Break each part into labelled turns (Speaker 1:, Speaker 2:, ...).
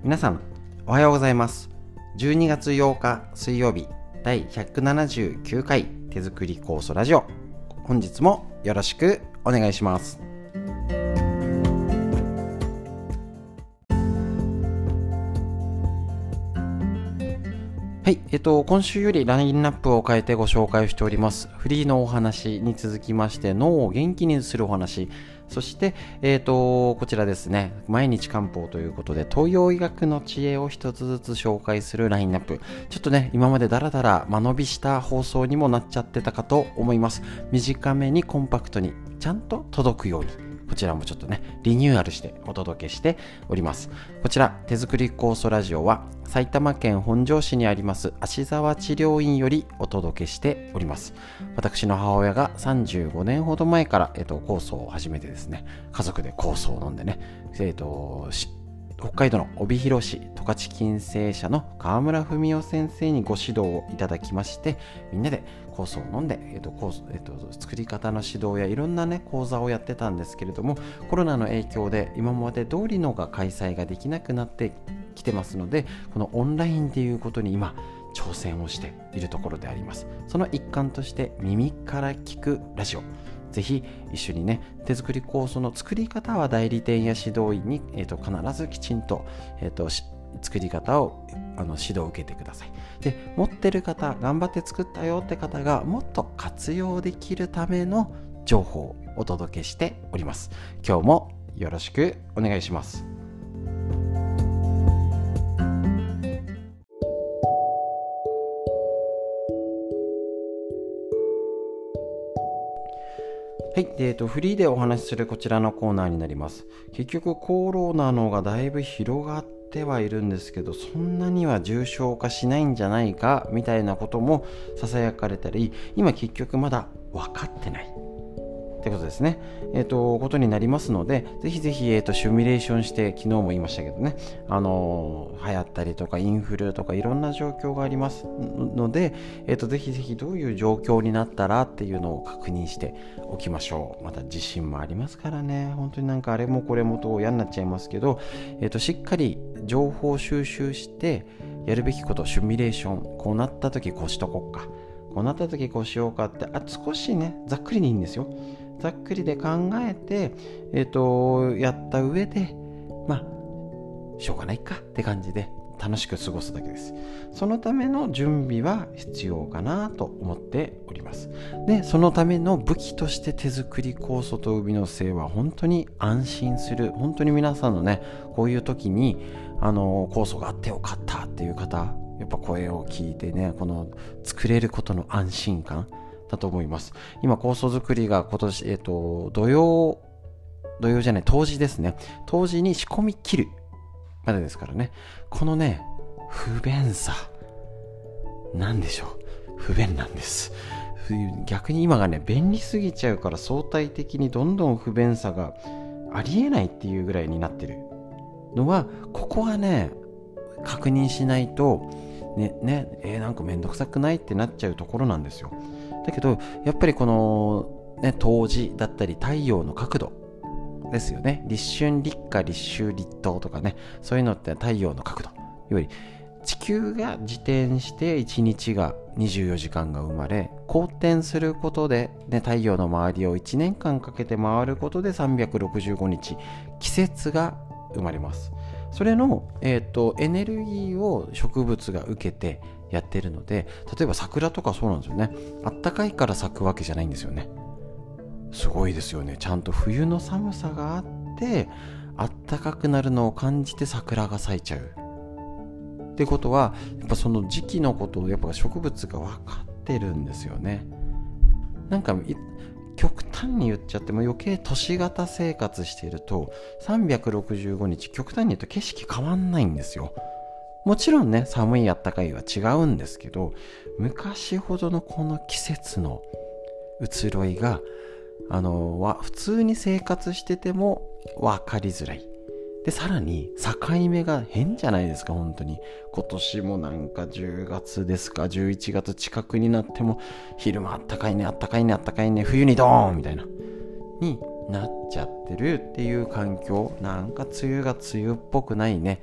Speaker 1: 皆さんおはようございます。12月8日水曜日第179回手作り酵素ラジオ、本日もよろしくお願いします。はい、今週よりラインナップを変えてご紹介しておりますフリーのお話に続きまして、脳を元気にするお話、そして、こちらですね、毎日漢方ということで東洋医学の知恵を一つずつ紹介するラインナップ。ちょっとね、今までダラダラ間延びした放送にもなっちゃってたかと思います。短めにコンパクトにちゃんと届くように、こちらもちょっとねリニューアルしてお届けしております。こちら手作り酵素ラジオは埼玉県本庄市にあります芦沢治療院よりお届けしております。私の母親が35年ほど前から、酵素を始めてですね、家族で酵素を飲んでね、北海道の帯広市十勝金星社の川村文夫先生にご指導をいただきまして、みんなで酵素を飲んで、作り方の指導やいろんなね講座をやってたんですけれども、コロナの影響で今まで通りのが開催ができなくなってきてますので、このオンラインっていうことに今挑戦をしているところであります。その一環として耳から聞くラジオ、ぜひ一緒にね、手作り酵素の作り方は代理店や指導員に、必ずきちんと、作り方を指導を受けてください。で、持ってる方、頑張って作ったよって方がもっと活用できるための情報をお届けしております。今日もよろしくお願いします。はい、フリーでお話しするこちらのコーナーになります。結局コロナのがだいぶ広がってはいるんですけど、そんなには重症化しないんじゃないかみたいなこともささやかれたり、今結局まだ分かってないってことですね。ことになりますので、ぜひぜひ、シミュレーションして、昨日も言いましたけどね、流行ったりとかインフルとかいろんな状況がありますので、ぜひぜひどういう状況になったらっていうのを確認しておきましょう。また地震もありますからね、本当になんかあれもこれもと嫌になっちゃいますけど、しっかり情報収集してやるべきこと、シミュレーション、こうなった時こうしとこうか、こうなった時こうしようかって、少しねざっくりでいいんですよ。ざっくりで考えて、やった上で、しょうがないかって感じで楽しく過ごすだけです。そのための準備は必要かなと思っております。で、そのための武器として手作り酵素と海の精は本当に安心する。本当に皆さんのね、こういう時に酵素があってよかったっていう方、やっぱ声を聞いてね、この作れることの安心感だと思います。今酵素作りが今年、冬至ですね。冬至に仕込み切るまでですからね。このね、不便さ、なんでしょう。不便なんです。逆に今がね、便利すぎちゃうから相対的にどんどん不便さがありえないっていうぐらいになってるのは、ここはね、確認しないと、なんかめんどくさくないってなっちゃうところなんですよ。だけどやっぱりこの、冬至だったり太陽の角度ですよね。立春立夏立秋立冬とかね、そういうのって太陽の角度より地球が自転して1日が24時間が生まれ、公転することで、太陽の周りを1年間かけて回ることで365日季節が生まれます。それの、エネルギーを植物が受けてやってるので、例えば桜とかそうなんですよね。あったかいから咲くわけじゃないんですよね。すごいですよね。ちゃんと冬の寒さがあってあったかくなるのを感じて桜が咲いちゃうってことは、やっぱその時期のことをやっぱ植物が分かってるんですよね。なんか極端に言っちゃっても、余計都市型生活していると365日極端に言うと景色変わんないんですよ。もちろんね、寒いあったかいは違うんですけど、昔ほどのこの季節の移ろいが普通に生活してても分かりづらい。で、さらに境目が変じゃないですか。本当に今年もなんか10月ですか11月近くになっても昼間あったかいねあったかいねあったかいね、冬にドーンみたいなになっちゃってるっていう環境。なんか梅雨が梅雨っぽくないね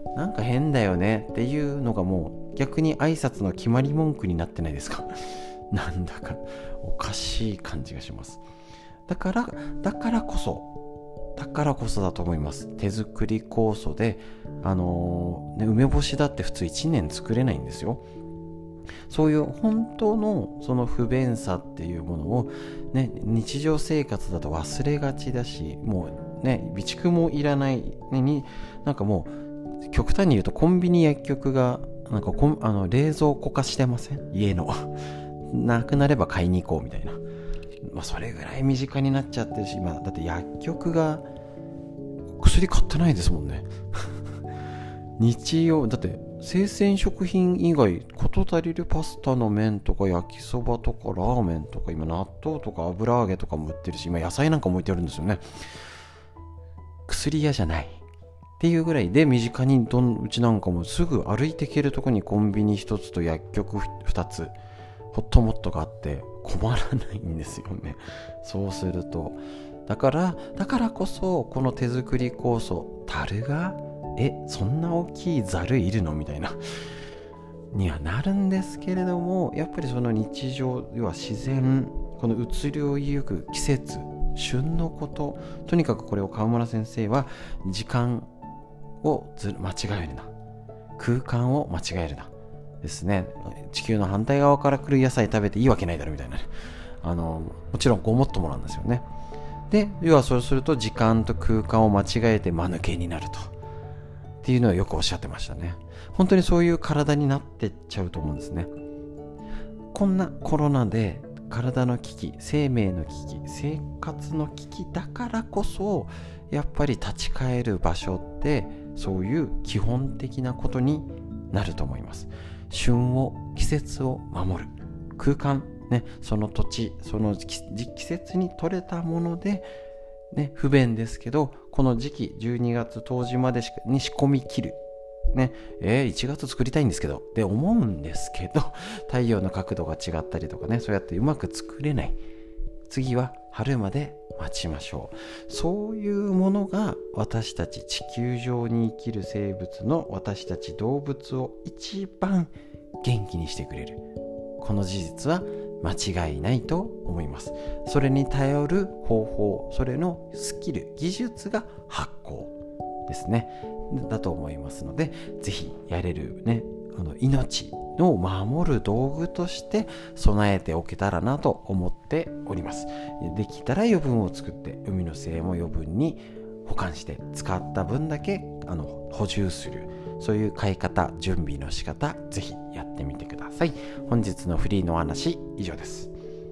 Speaker 1: なんか変だよねっていうのがもう逆に挨拶の決まり文句になってないですか？なんだかおかしい感じがします。だからこそだと思います。手作り酵素で、梅干しだって普通1年作れないんですよ。そういう本当のその不便さっていうものを、ね、日常生活だと忘れがちだし、もうね、備蓄もいらない、ね、なんかもう極端に言うとコンビニ薬局がなんか冷蔵庫化してません？家のなくなれば買いに行こうみたいな、それぐらい身近になっちゃってるし、今だって薬局が薬買ってないですもんね。日用だって生鮮食品以外事足りるパスタの麺とか焼きそばとかラーメンとか、今納豆とか油揚げとかも売ってるし、今野菜なんかも置いてあるんですよね。薬屋じゃないっていうぐらいで身近にうちなんかもすぐ歩いて行けるとこにコンビニ1つと薬局2つホットモットがあって困らないんですよね。そうするとだからこそこの手作り酵素、樽がそんな大きいザルいるのみたいなにはなるんですけれども、やっぱりその日常、要は自然、この移りをゆく季節、旬のこと、とにかくこれを川村先生は時間を間違えるな、空間を間違えるなですね。地球の反対側から来る野菜食べていいわけないだろみたいなね、もちろんごもっともなんですよね。で、要はそうすると時間と空間を間違えて間抜けになるとっていうのをよくおっしゃってましたね。本当にそういう体になってっちゃうと思うんですね。こんなコロナで体の危機、生命の危機、生活の危機だからこそ、やっぱり立ち返る場所ってそういう基本的なことになると思います。旬を、季節を守る空間ね、その土地、その季節に採れたもので、ね、不便ですけど、この時期12月冬至までに仕込み切る、ね、1月作りたいんですけどって思うんですけど、太陽の角度が違ったりとかね、そうやってうまく作れない。次は春まで待ちましょう。そういうものが私たち地球上に生きる生物の、私たち動物を一番元気にしてくれる。この事実は間違いないと思います。それに頼る方法、それのスキル、技術が発酵ですね。だと思いますので、ぜひやれるね、命を守る道具として備えておけたらなと思っております。できたら余分を作って、海の精も余分に保管して、使った分だけ補充する、そういう買い方、準備の仕方、ぜひやってみてください。本日のフリーのお話、以上です。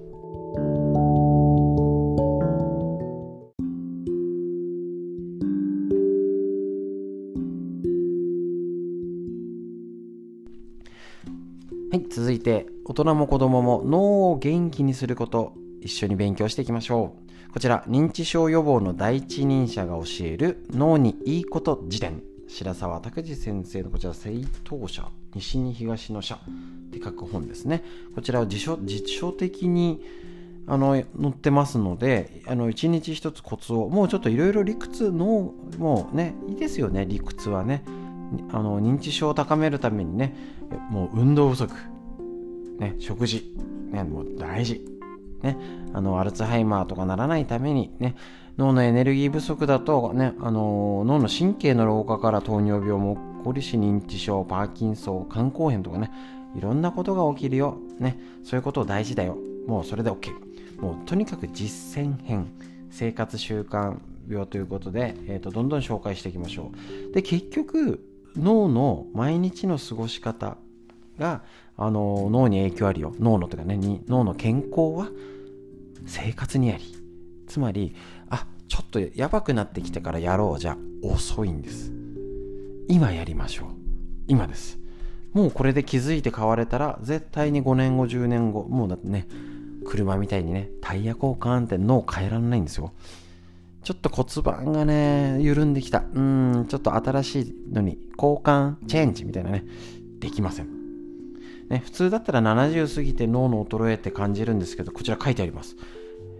Speaker 1: はい、続いて大人も子供も脳を元気にすること、一緒に勉強していきましょう。こちら認知症予防の第一人者が教える脳にいいこと辞典、白澤拓司先生のこちら正当者、西に東の社って書く本ですね。こちらを辞書的に載ってますので、一日一つコツを、もうちょっといろいろ理屈のもうね、いいですよね、理屈はね。認知症を高めるためにね、もう運動不足、ね、食事、ね、もう大事、ね、アルツハイマーとかならないためにね、脳のエネルギー不足だとね、脳の神経の老化から糖尿病も起こりし、認知症、パーキンソン、肝硬変とかね、いろんなことが起きるよ、ね、そういうこと大事だよ、もうそれで OK。 もうとにかく実践編、生活習慣病ということで、どんどん紹介していきましょう。で、結局脳の毎日の過ごし方が脳に影響あるよ。脳のというかね、脳の健康は生活にあり。つまり、ちょっとやばくなってきてからやろうじゃ遅いんです。今やりましょう。今です。もうこれで気づいて買われたら、絶対に5年後10年後、もうだってね、車みたいにね、タイヤ交換って脳変えられないんですよ。ちょっと骨盤がね、緩んできた。ちょっと新しいのに交換、チェンジみたいなね、できません。ね、普通だったら70過ぎて脳の衰えって感じるんですけど、こちら書いてあります。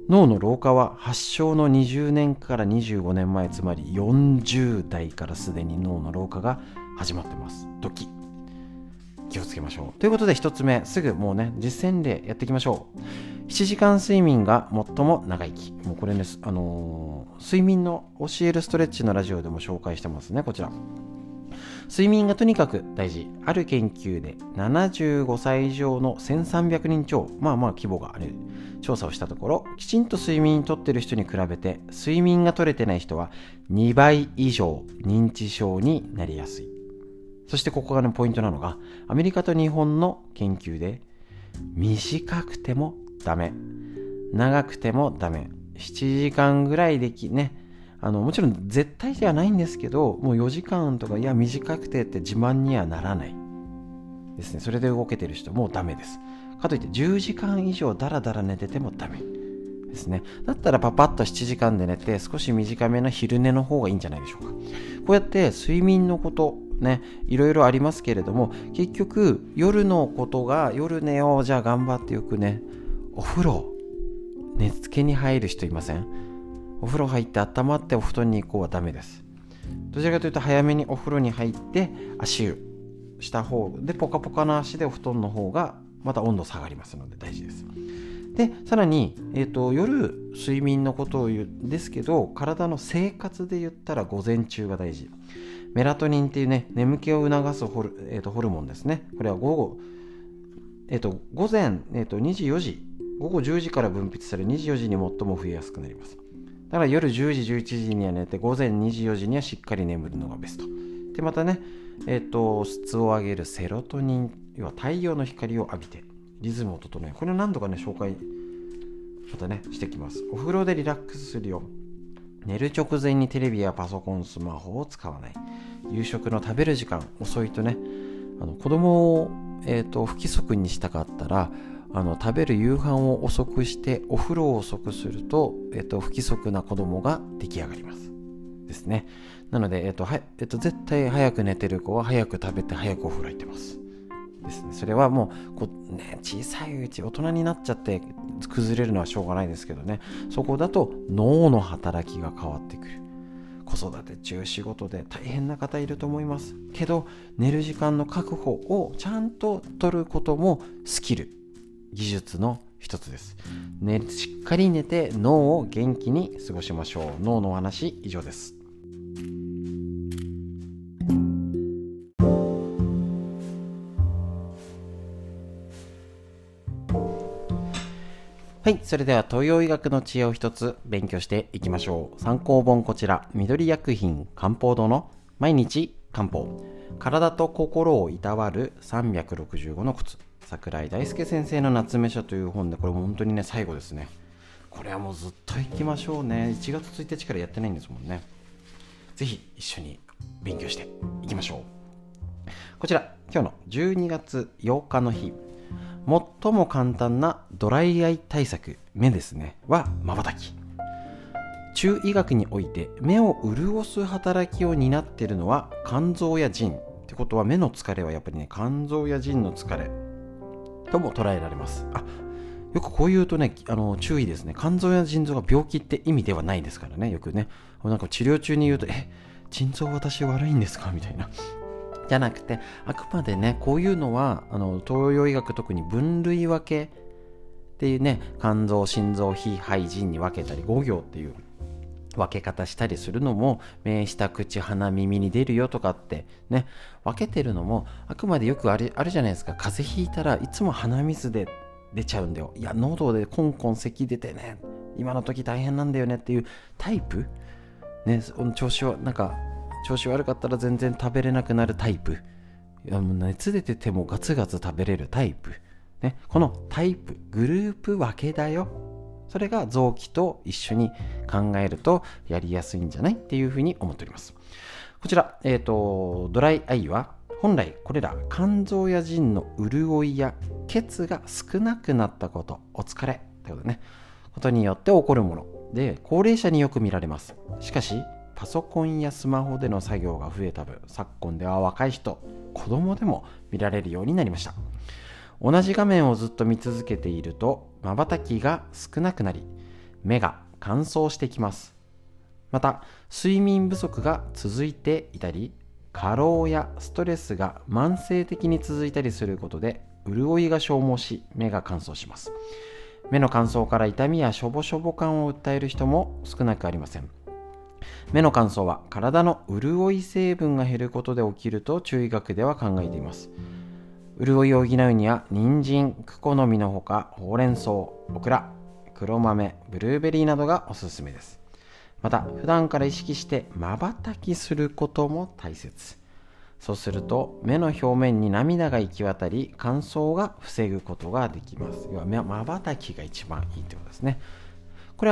Speaker 1: 脳の老化は発症の20年から25年前、つまり40代からすでに脳の老化が始まってます。時気をつけましょう。ということで1つ目、すぐもうね実践例やっていきましょう。7時間睡眠が最も長生き。もうこれね、睡眠の教えるストレッチのラジオでも紹介してますね。こちら睡眠がとにかく大事。ある研究で75歳以上の1300人超、まあ規模がある調査をしたところ、きちんと睡眠とってる人に比べて睡眠が取れてない人は2倍以上認知症になりやすい。そしてここがねポイントなのが、アメリカと日本の研究で短くてもダメ、長くてもダメ、7時間ぐらいでもちろん絶対ではないんですけど、もう4時間とかいや短くてって自慢にはならないですね。それで動けてる人もうダメです。かといって10時間以上ダラダラ寝ててもダメですね。だったらパパッと7時間で寝て、少し短めの昼寝の方がいいんじゃないでしょうか。こうやって睡眠のことね、いろいろありますけれども、結局夜のことが、夜寝ようじゃあ頑張ってよくね、お風呂寝つけに入る人いません？お風呂入って温まってお布団に行こうはダメです。どちらかというと早めにお風呂に入って足湯した方で、ポカポカの足でお布団の方がまた温度下がりますので大事です。でさらに、夜睡眠のことを言うんですけど、体の生活で言ったら午前中が大事。メラトニンっていうね、眠気を促すホルモンですね。これは午前、2時4時、午後10時から分泌され、2時4時に最も増えやすくなります。だから夜10時11時には寝て、午前2時4時にはしっかり眠るのがベストで、またね、質を上げるセロトニン、要は太陽の光を浴びてリズムを整える。これを何度かね紹介またねしてきます。お風呂でリラックスするよ。寝る直前にテレビやパソコン、スマホを使わない。夕食の食べる時間遅いとね、子供を、不規則にしたかったら、食べる夕飯を遅くしてお風呂を遅くすると、不規則な子供が出来上がりますですね。なので、絶対早く寝てる子は早く食べて早くお風呂行ってますですね。それはもう小さいうち、大人になっちゃって崩れるのはしょうがないですけどね、そこだと脳の働きが変わってくる。子育て中、仕事で大変な方いると思いますけど、寝る時間の確保をちゃんと取ることもスキル、技術の一つです。しっかり寝て脳を元気に過ごしましょう。脳のお話以上です。はい、それでは東洋医学の知恵を一つ勉強していきましょう。参考本こちら、緑薬品漢方堂の毎日漢方、体と心をいたわる365のコツ、櫻井大輔先生の夏目書という本で、これ本当にね最後ですね。これはもうずっといきましょうね。1月1日からやってないんですもんね。ぜひ一緒に勉強していきましょう。こちら今日の12月8日の日、最も簡単なドライアイ対策、目ですねは瞬き。中医学において目を潤す働きを担っているのは肝臓や腎ってことは、目の疲れはやっぱりね肝臓や腎の疲れとも捉えられます。よくこう言うとね、注意ですね。肝臓や腎臓が病気って意味ではないですからね。よくね、なんか治療中に言うと、腎臓私悪いんですかみたいな。じゃなくて、あくまでね、こういうのは東洋医学、特に分類分けっていうね、肝臓、心臓、脾、肺、腎に分けたり、5行っていう分け方したりするのも、目、下、口、鼻、耳に出るよとかってね、分けてるのもあくまでよくあるじゃないですか。風邪ひいたらいつも鼻水で出ちゃうんだよ。いや、喉でコンコン咳出てね、今の時大変なんだよねっていうタイプね、調子悪かったら全然食べれなくなるタイプ、もう熱出ててもガツガツ食べれるタイプ、ね、このタイプ、グループ分けだよ。それが臓器と一緒に考えるとやりやすいんじゃないっていうふうに思っております。こちら、ドライアイは本来これら肝臓や腎の潤いや血が少なくなったこと、お疲れということによって起こるもので、高齢者によく見られます。しかしパソコンやスマホでの作業が増えた分、昨今では若い人、子供でも見られるようになりました。同じ画面をずっと見続けていると瞬きが少なくなり、 目が乾燥してきます。また、睡眠不足が続いていたり、過労やストレスが慢性的に続いたりすることで潤いが消耗し、目が乾燥します。目の乾燥から痛みやしょぼしょぼ感を訴える人も少なくありません。目の乾燥は体の潤い成分が減ることで起きると中医学では考えています。潤いを補うには人参、クコの実のほか、ほうれん草、オクラ、黒豆、ブルーベリーなどがおすすめです。また、普段から意識して瞬きすることも大切。そうすると目の表面に涙が行き渡り、乾燥が防ぐことができます。要は瞬きが一番いいということですね。これ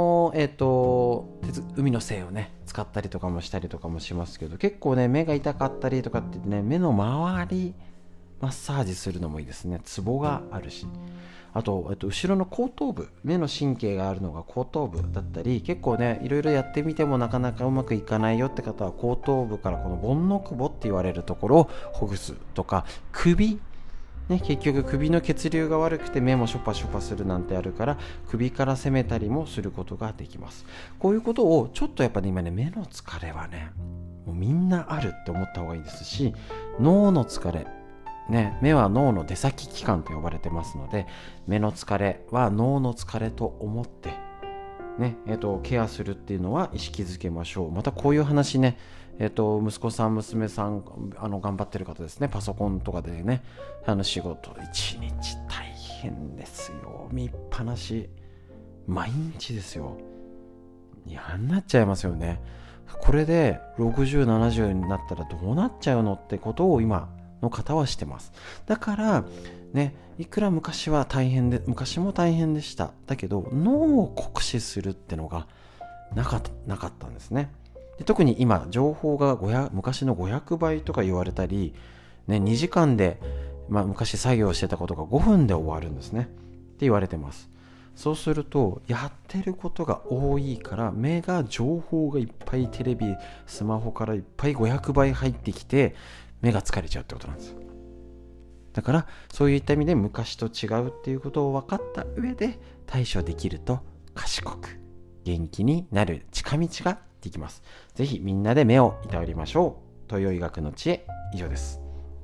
Speaker 1: 海の精をね使ったりとかもしたりとかもしますけど、結構ね目が痛かったりとかってね、目の周りマッサージするのもいいですね。ツボがあるし、あと、後ろの後頭部、目の神経があるのが後頭部だったり、結構ねいろいろやってみてもなかなかうまくいかないよって方は、後頭部からこの盆のくぼって言われるところをほぐすとか、首ね、結局首の血流が悪くて目もショパショパするなんてあるから、首から攻めたりもすることができます。こういうことをちょっとやっぱね、今ね目の疲れはねもうみんなあるって思った方がいいですし、脳の疲れね、目は脳の出先器官と呼ばれてますので、目の疲れは脳の疲れと思ってね、ケアするっていうのは意識づけましょう。またこういう話ね、息子さん娘さん頑張ってる方ですね、パソコンとかでね仕事一日大変ですよ。見っぱなし毎日ですよ。嫌になっちゃいますよね。これで60、70になったらどうなっちゃうのってことを今の方はしてます。だからね、いくら昔も大変でした。だけど脳を酷使するってのがなかったんですね。で、特に今情報が昔の500倍とか言われたり、ね、2時間で、昔作業してたことが5分で終わるんですねって言われてます。そうするとやってることが多いから、目が情報がいっぱい、テレビスマホからいっぱい500倍入ってきて目が疲れちゃうってことなんですよ。だからそういった意味で昔と違うっていうことを分かった上で対処できると、賢く元気になる近道ができます。ぜひみんなで目をいたわりましょう。東洋医学の知恵、以上です。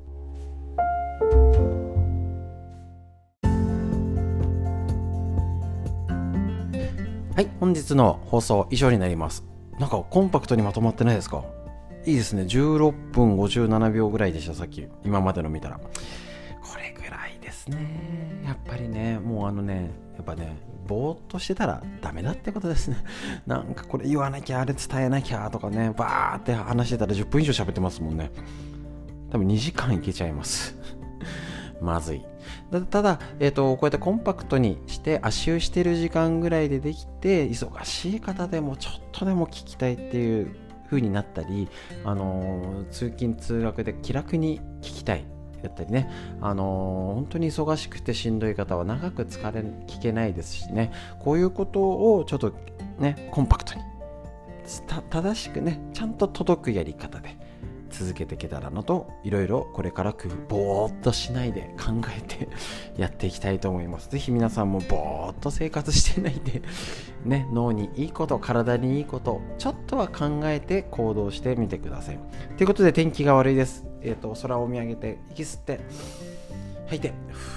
Speaker 1: はい、本日の放送以上になります。なんかコンパクトにまとまってないですか？いいですね。16分57秒ぐらいでした、さっき今までの見たら。これぐらいですね。やっぱりね、もうやっぱね、ぼーっとしてたらダメだってことですね。なんかこれ言わなきゃ、あれ伝えなきゃとかね、バーって話してたら10分以上喋ってますもんね。多分2時間いけちゃいますまずい。ただ、こうやってコンパクトにして足湯してる時間ぐらいでできて、忙しい方でもちょっとでも聞きたいっていう風になったり、通勤通学で気楽に聞きたいだったりね、本当に忙しくてしんどい方は長く聞けないですしね、こういうことをちょっとねコンパクトに正しくねちゃんと届くやり方で続けていけたらなと、いろいろこれからぼーっとしないで考えてやっていきたいと思います。ぜひ皆さんもぼーっと生活してないでね、脳にいいこと、体にいいことちょっとは考えて行動してみてください。ということで、天気が悪いです。空を見上げて息吸って吐いて、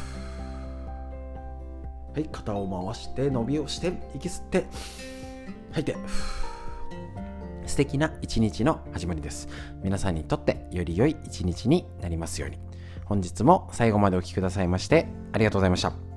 Speaker 1: はい、肩を回して伸びをして息吸って吐いて、素敵な一日の始まりです。皆さんにとってより良い一日になりますように。本日も最後までお聞きくださいましてありがとうございました。